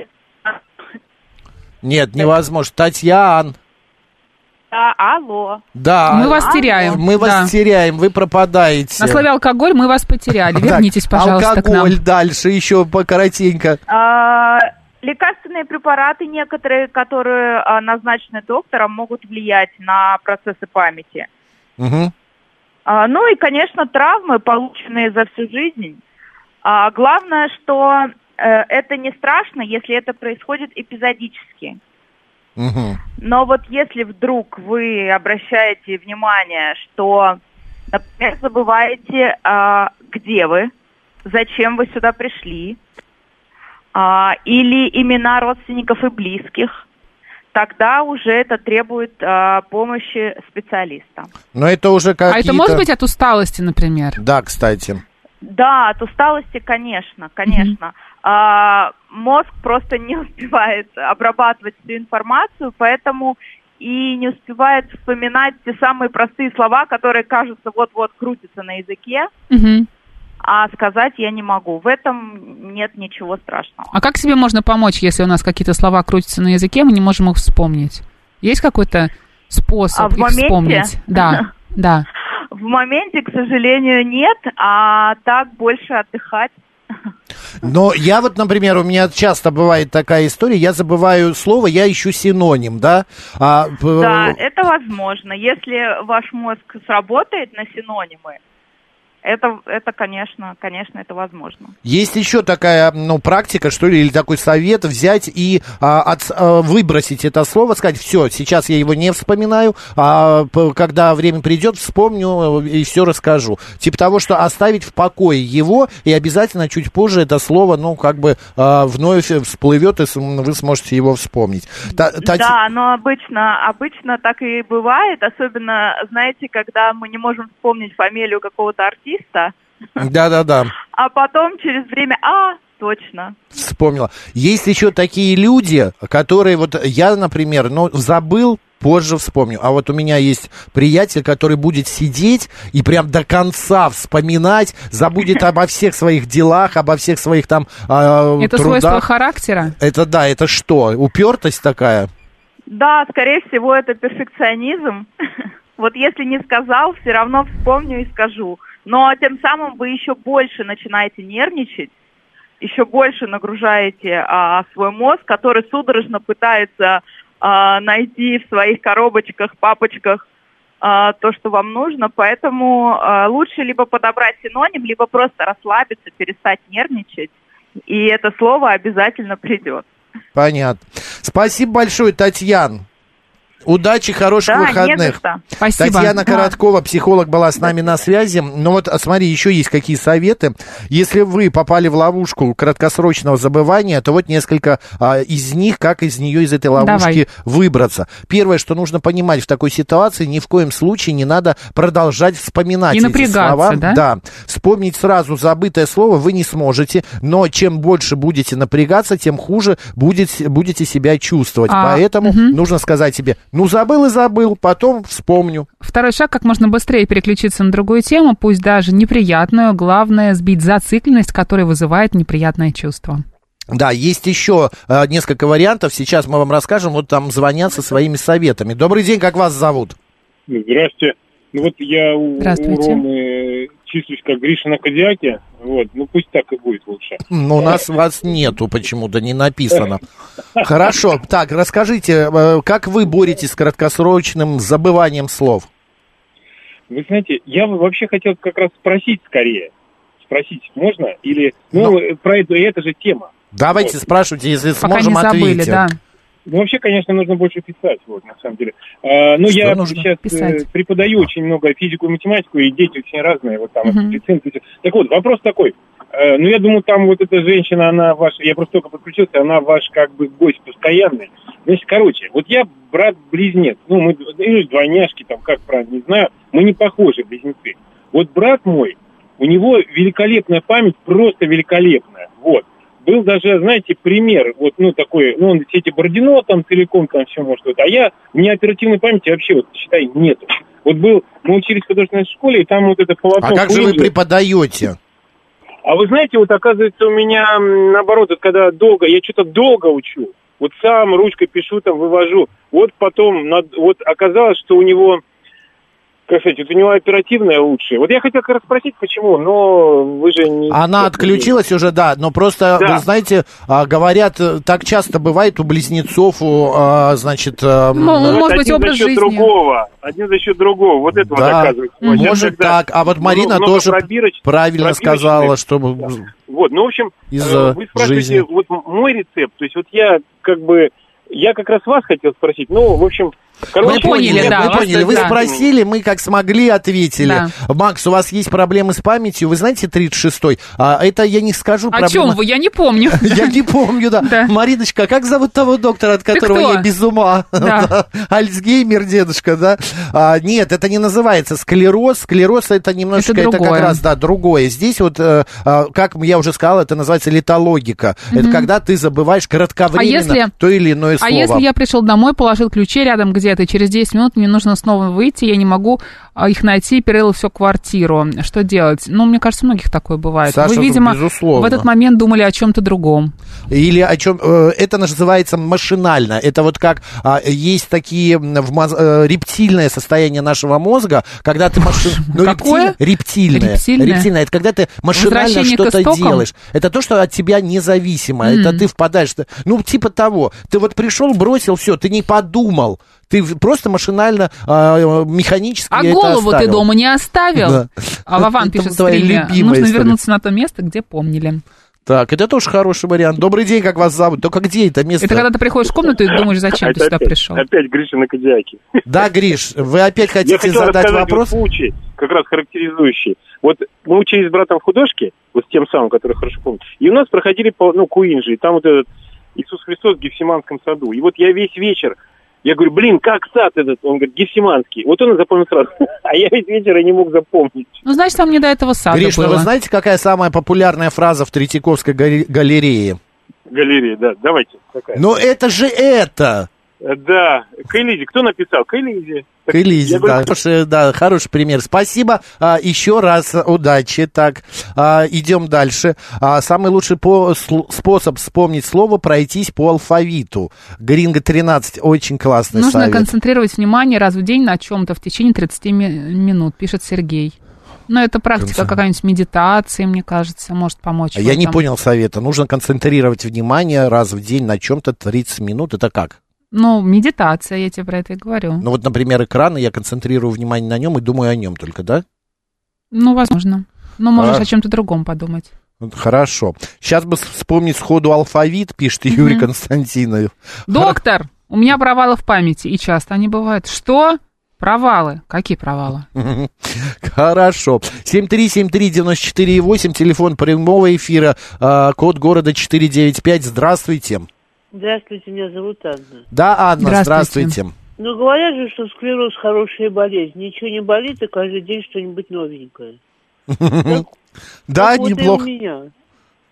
Нет, невозможно. Татьяна. Да, алло. Да. Мы вас теряем. Мы вас теряем, вы пропадаете. На слове алкоголь мы вас потеряли. Вернитесь, пожалуйста, к нам. Алкоголь дальше, еще покоротенько. Лекарственные препараты некоторые, которые назначены доктором, могут влиять на процессы памяти. Угу. Ну и, конечно, травмы, полученные за всю жизнь. Главное, что это не страшно, если это происходит эпизодически. Угу. Но вот если вдруг вы обращаете внимание, что, например, забываете, где вы, зачем вы сюда пришли, или имена родственников и близких, тогда уже это требует помощи специалиста. Но это уже какие-то... А это может быть от усталости, например? Да, кстати. Да, от усталости, конечно. Мозг просто не успевает обрабатывать всю информацию, поэтому и не успевает вспоминать те самые простые слова, которые, кажется, вот-вот крутятся на языке, а сказать я не могу. В этом нет ничего страшного. А как себе можно помочь, если у нас какие-то слова крутятся на языке, мы не можем их вспомнить? Есть какой-то способ их вспомнить? Да, да. В моменте, к сожалению, нет, а так больше отдыхать. Но я вот, например, у меня часто бывает такая история, я забываю слово, я ищу синоним, да? Да, это возможно. Если ваш мозг сработает на синонимы, это, конечно, это возможно. Есть еще такая, практика, что ли, или такой совет взять и выбросить это слово, сказать, все, сейчас я его не вспоминаю, а когда время придет, вспомню и все расскажу. Типа того, что оставить в покое его, и обязательно чуть позже это слово, вновь всплывет, и вы сможете его вспомнить. Да, но обычно так и бывает, особенно, знаете, когда мы не можем вспомнить фамилию какого-то артиста. Да. А потом через время, точно. Вспомнила. Есть еще такие люди, которые, вот я, например, забыл, позже вспомню. А вот у меня есть приятель, который будет сидеть и прям до конца вспоминать, забудет обо всех своих делах, обо всех своих там трудах. Это свойство характера? Это что, упертость такая? Да, скорее всего, это перфекционизм. Вот если не сказал, все равно вспомню и скажу. Но тем самым вы еще больше начинаете нервничать, еще больше нагружаете свой мозг, который судорожно пытается найти в своих коробочках, папочках то, что вам нужно. Поэтому лучше либо подобрать синоним, либо просто расслабиться, перестать нервничать, и это слово обязательно придет. Понятно. Спасибо большое, Татьяна. Удачи, хороших выходных. Не за что. Спасибо. Татьяна Короткова, психолог, была с нами на связи. Но вот смотри, еще есть какие советы. Если вы попали в ловушку краткосрочного забывания, то вот несколько из них, как из этой ловушки выбраться. Первое, что нужно понимать в такой ситуации, ни в коем случае не надо продолжать вспоминать эти слова. Да. Вспомнить сразу забытое слово вы не сможете, но чем больше будете напрягаться, тем хуже будете себя чувствовать. Поэтому нужно сказать себе: забыл и забыл, потом вспомню. Второй шаг: как можно быстрее переключиться на другую тему, пусть даже неприятную. Главное — сбить зацикленность, которая вызывает неприятное чувство. Да, есть еще несколько вариантов. Сейчас мы вам расскажем. Вот там звонят со своими советами. Добрый день, как вас зовут? Здравствуйте. Ну вот я у Ромы числюсь как Гриша на Кодиаке. Вот, ну пусть так и будет лучше. Ну, у нас вас нету почему-то, не написано. Хорошо. Так, расскажите, как вы боретесь с краткосрочным забыванием слов? Вы знаете, я вообще хотел как раз спросить скорее. Спросить можно? Или, про это же тема. Давайте вот. Спрашивайте, если пока сможем, не забыли, ответьте. Да. Ну, вообще, конечно, нужно больше писать, вот, на самом деле. Ну, я сейчас преподаю очень много физику и математику, и дети очень разные, вот там, лицензии. Так вот, вопрос такой. Ну, я думаю, там вот эта женщина, она ваша, я просто только подключился, она ваш, как бы, гость постоянный. Значит, короче, вот я брат-близнец, ну, мы, или двойняшки, там, как правильно, не знаю, мы не похожи, близнецы. Вот брат мой, у него великолепная память, просто великолепная, вот. Был даже, знаете, пример, вот, ну, такой, ну, он все эти Бородино там целиком там все может, вот, а у меня оперативной памяти вообще, вот, считай, нету. Вот мы учились в художественной школе, и там вот это полотно... А как же вы преподаете? А вы знаете, вот, оказывается, у меня, наоборот, вот, когда я что-то долго учу, вот сам ручкой пишу, там, вывожу, вот потом, вот оказалось, что у него... Как сказать, вот у него оперативная лучшая. Вот я хотел как раз спросить, почему, но вы же не... Она отключилась уже, да, но просто, да. Вы знаете, говорят, так часто бывает у близнецов, значит... может быть, образ жизни. Один за счет другого, вот этого да, доказывает. Может так, а вот Марина тоже правильно сказала, что... Да. Вот, ну, в общем, вы спрашиваете, жизни. Вот мой рецепт, то есть вот я как раз вас хотел спросить, ну, в общем... Мы поняли, вы спросили, мы как смогли ответили. Да. Макс, у вас есть проблемы с памятью, вы знаете 36-й? Это я не скажу. О чем вы? Я не помню. Я не помню, да. Мариночка, как зовут того доктора, от которого я без ума? Альцгеймер, дедушка, да? Нет, это не называется склероз. Склероз это немножечко, это как раз, да, другое. Здесь вот, как я уже сказал, это называется литологика. Это когда ты забываешь кратковременно то или иное слово. А если я пришел домой, положил ключи рядом где-то, и через 10 минут мне нужно снова выйти, я не могу их найти, перерыла всю квартиру. Что делать? Ну, мне кажется, у многих такое бывает. Саша, вы, видимо, безусловно. В этот момент думали о чем-то другом. Или о чем... Это называется машинально. Это вот как есть такие рептильное состояние нашего мозга, когда ты... Какое? Рептильное. Это когда ты машинально что-то делаешь. Это то, что от тебя независимо. Это ты впадаешь... Ну, типа того. Ты вот пришел, бросил, все, ты не подумал. Ты просто машинально, механически это оставил. А голову ты дома не оставил? Да. А Вован пишет в стриме, нужно вернуться на то место, где помнили. Так, это тоже хороший вариант. Добрый день, как вас зовут? Только где это место? Это когда ты приходишь в комнату и думаешь, зачем ты сюда пришел. Опять Гриша на Кодиаке. Да, Гриш, вы опять хотите задать вопрос? Случай, как раз характеризующий. Вот мы учились с братом в художке, вот с тем самым, который хорошо помню, и у нас проходили по Куинджи, и там вот этот Иисус Христос в Гефсиманском саду. И вот я весь вечер, я говорю, как сад этот? Он говорит, Гефсиманский. Вот он и запомнил сразу. А я весь вечер и не мог запомнить. Ну, значит, там не до этого сада Гриш, было. Вы знаете, какая самая популярная фраза в Третьяковской галерее? Галерея, да. Давайте. Какая? Но это же это! Да. Кайлизи. Кто написал? Кайлизи. Кайлизи, да. Хороший пример. Спасибо. Еще раз удачи. Так, идем дальше. Самый лучший способ вспомнить слово — пройтись по алфавиту. Гринго 13. Очень классный совет. Нужно концентрировать внимание раз в день на чем-то в течение 30 минут, пишет Сергей. Но это практика какая-нибудь медитации, мне кажется, может помочь. Я не понял совета. Нужно концентрировать внимание раз в день на чем-то 30 минут. Это как? Ну, медитация, я тебе про это и говорю. Ну, вот, например, экран, я концентрирую внимание на нем и думаю о нем только, да? Ну, возможно. Но можешь о чем-то другом подумать. Хорошо. Сейчас бы вспомнить сходу алфавит, пишет Юрий Константинов. Доктор, у меня провалы в памяти, и часто они бывают. Что? Провалы. Какие провалы? Хорошо. 7373948, телефон прямого эфира, код города 495. Здравствуйте. Здравствуйте, меня зовут Анна. Да, Анна, здравствуйте. Ну, говорят же, что склероз хорошая болезнь. Ничего не болит, и каждый день что-нибудь новенькое. Да, неплохо.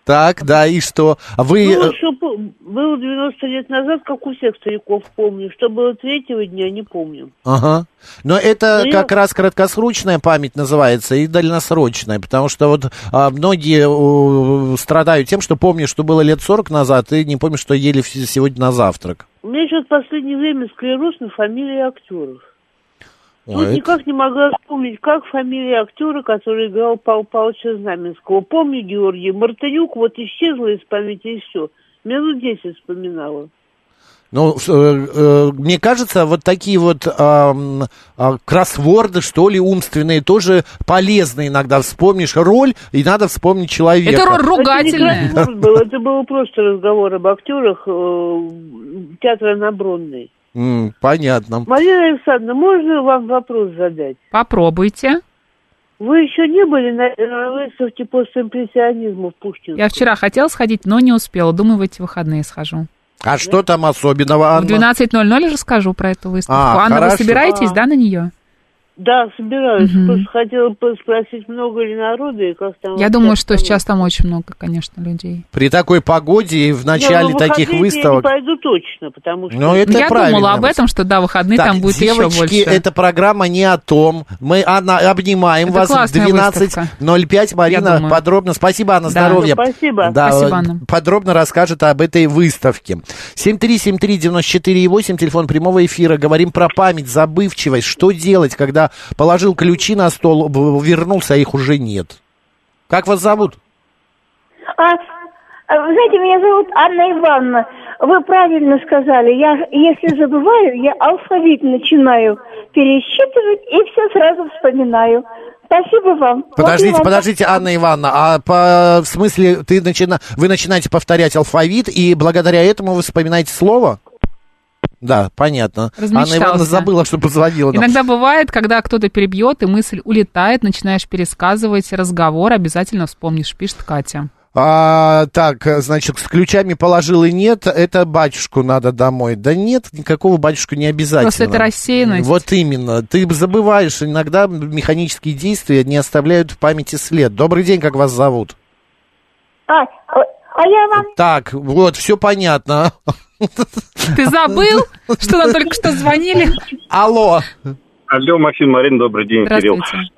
Так, да, и что? А вы... Ну, что было 90 лет назад, как у всех стариков помню. Что было третьего дня, не помню. Ага. Но это как раз краткосрочная память называется и дальносрочная, потому что вот многие страдают тем, что помнишь, что было лет 40 назад, и не помнишь, что ели сегодня на завтрак. У меня сейчас в последнее время склероз на фамилии актеров. Тут это... никак не могла вспомнить, как фамилия актера, который играл Павла Павловича Знаменского. Помню, Георгий Мартынюк, вот исчезла из памяти и все. Минут 10 вспоминала. Ну, мне кажется, вот такие вот кроссворды, что ли, умственные, тоже полезны иногда. Вспомнишь роль, и надо вспомнить человека. Это роль ругательная. Это был просто разговор об актерах театра на Бронной. Понятно. Марина Александровна, можно вам вопрос задать? Попробуйте. Вы еще не были на выставке постимпрессионизма в Пушкинском? Я вчера хотела сходить, но не успела. Думаю, в эти выходные схожу. А что там особенного, Анна? В 12:00 расскажу про эту выставку. Анна, хорошо. вы собираетесь, да, на нее? Да, собираюсь. Просто хотела спросить, много ли народу и как там... Я думаю, что сейчас там очень много, конечно, людей. При такой погоде и в начале таких выставок... Я не пойду точно, потому что... Ну, это я думала об этом, что да, выходные так, там будет еще больше. девочки, эта программа не о том. Мы, Анна, обнимаем это вас в 12:05. Марина подробно... Спасибо, Анна, здоровья. Спасибо. Да, спасибо, Анна. Подробно расскажет об этой выставке. 7373948, телефон прямого эфира. Говорим про память, забывчивость. Что делать, когда положил ключи на стол, вернулся, а их уже нет. Как вас зовут? Вы знаете, меня зовут Анна Ивановна. Вы правильно сказали. Я, если забываю, я алфавит начинаю пересчитывать и все сразу вспоминаю. Спасибо вам. Подождите, Анна Ивановна, в смысле вы начинаете повторять алфавит, и благодаря этому вы вспоминаете слово? Да, понятно. Анна Ивановна забыла, что позвонила нам. Иногда бывает, когда кто-то перебьет, и мысль улетает, начинаешь пересказывать разговор, обязательно вспомнишь, пишет Катя. Так, значит, с ключами положил и нет, это батюшку надо домой. Да нет, никакого батюшку не обязательно. Просто это рассеянность. Вот именно. Ты забываешь, иногда механические действия не оставляют в памяти след. Добрый день, как вас зовут? Я вам... Так, вот, все понятно. Ты забыл, что нам только что звонили? Алло. Алло, Максим, Марин, добрый день, Кирилл.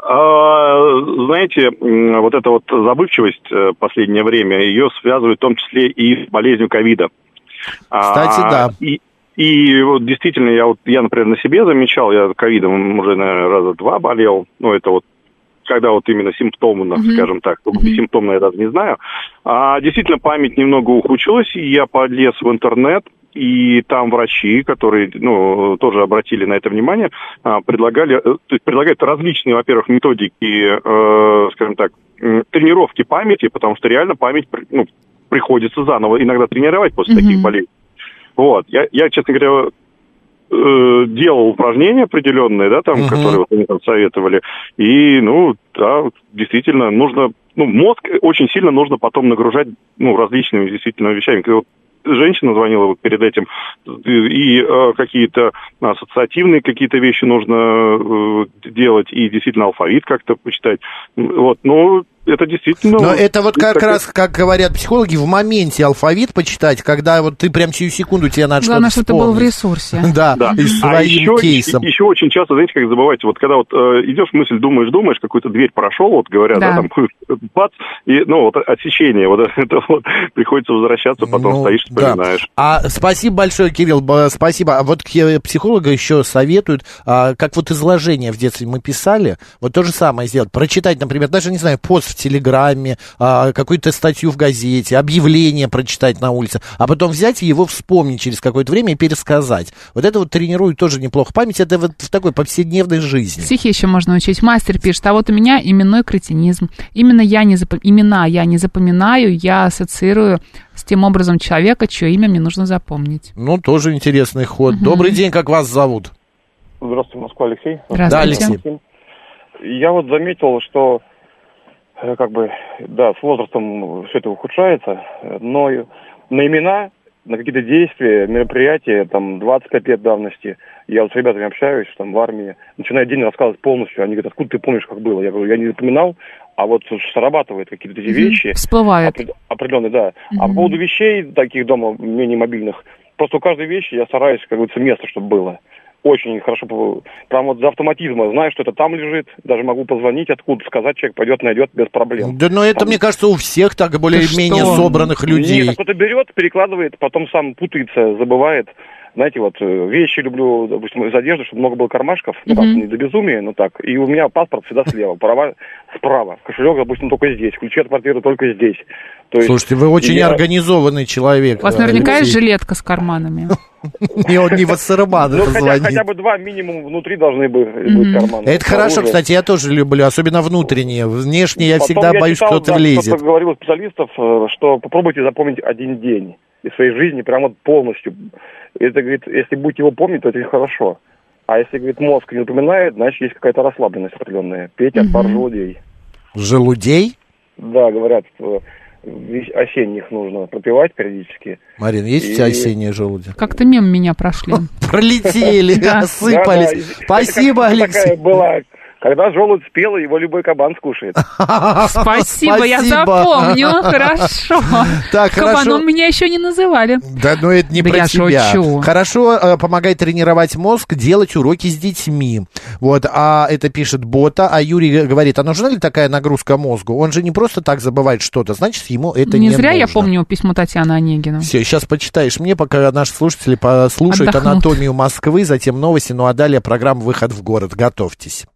Знаете, вот эта вот забывчивость в последнее время, ее связывают в том числе и с болезнью ковида. Кстати, да. И вот действительно, я, например, на себе замечал, я ковидом уже, наверное, раза 2 болел, ну, это вот когда вот именно симптомно, скажем так, бессимптомно я даже не знаю. Действительно, память немного ухудшилась, и я полез в интернет, и там врачи, которые, тоже обратили на это внимание, предлагают различные, во-первых, методики, скажем так, тренировки памяти, потому что реально память, приходится заново иногда тренировать после таких болезней. Вот, я, честно говоря, делал упражнения определенные, да, там, которые вот они там советовали, и, действительно, нужно, мозг очень сильно нужно потом нагружать, различными действительно вещами. Женщина звонила перед этим, и какие-то ассоциативные какие-то вещи нужно делать, и действительно алфавит как-то почитать. Вот, это действительно... Но это вот как раз, как говорят психологи, в моменте алфавит почитать, когда вот ты прям через секунду тебе надо что-то вспомнить. Главное, чтобы был в ресурсе. Да, и своим кейсом. Еще очень часто, знаете, как забываете, вот когда вот идешь, мысль, думаешь, какую-то дверь прошел, вот говорят, да, там, бац, и, отсечение, вот это вот, приходится возвращаться, потом стоишь, вспоминаешь. Да. Спасибо большое, Кирилл, спасибо. А вот психолога еще советуют, как вот изложение в детстве мы писали, вот то же самое сделать, прочитать, например, даже, не знаю, пост в Телеграме, какую-то статью в газете, объявление прочитать на улице, а потом взять и его вспомнить через какое-то время и пересказать. Вот это вот тренирует тоже неплохо. Память это вот в такой повседневной жизни. Стихи еще можно учить. Мастер пишет, а вот у меня именной кретинизм. Имена я не запоминаю, я ассоциирую с тем образом человека, чье имя мне нужно запомнить. Тоже интересный ход. Добрый день, как вас зовут? Здравствуйте, Москва, Алексей. Здравствуйте. Да, Алексей. Я вот заметил, что с возрастом все это ухудшается, но на имена, на какие-то действия, мероприятия, 25 лет давности, я вот с ребятами общаюсь, в армии, начинаю день рассказывать полностью, они говорят, откуда ты помнишь, как было? Я говорю, я не запоминал, а вот срабатывают какие-то эти вещи. Всплывают. Определенные, да. А по поводу вещей таких дома, менее мобильных, просто у каждой вещи я стараюсь, как говорится, место, чтобы было. Очень хорошо, прям вот за автоматизма, знаю, что это там лежит, даже могу позвонить, откуда сказать, человек пойдет, найдет без проблем. Да, но это, там... мне кажется, у всех так более-менее собранных людей. Нет, кто-то берет, перекладывает, потом сам путается, забывает. Знаете, вот вещи люблю, допустим, из одежды, чтобы много было кармашков, ну как, не до безумия, но так. И у меня паспорт всегда слева, права справа. Кошелек, допустим, только здесь, ключи от квартиры только здесь. То есть, слушайте, вы очень организованный человек. У вас наверняка есть жилетка с карманами. И он не в ассорбаны звонит. Хотя бы 2 минимум внутри должны быть карманы. Это хорошо, кстати, я тоже люблю, особенно внутренние. Внешние я всегда боюсь, что кто-то влезет. Я говорил специалистов, что попробуйте запомнить один день из своей жизни прямо полностью. Это, говорит, если будете его помнить, то это хорошо. А если, говорит, мозг не напоминает, значит, есть какая-то расслабленность определенная. Пейте от пар желудей. Желудей? Да, говорят, осенних нужно пропивать периодически. Марин, есть осенние желуди? Как-то мимо меня прошли. Пролетели, осыпались. Спасибо, Алексей. Когда желудь спел, его любой кабан скушает. Спасибо, я запомню. Хорошо. Кабаном меня еще не называли. Да, но это не про тебя. Хорошо помогает тренировать мозг, делать уроки с детьми. Вот, а это пишет Бота, а Юрий говорит, а нужна ли такая нагрузка мозгу? Он же не просто так забывает что-то, значит, ему это не нужно. Не зря я помню письмо Татьяны Онегина. Все, сейчас почитаешь мне, пока наши слушатели послушают «Анатомию Москвы», затем новости, ну а далее программа «Выход в город». Готовьтесь.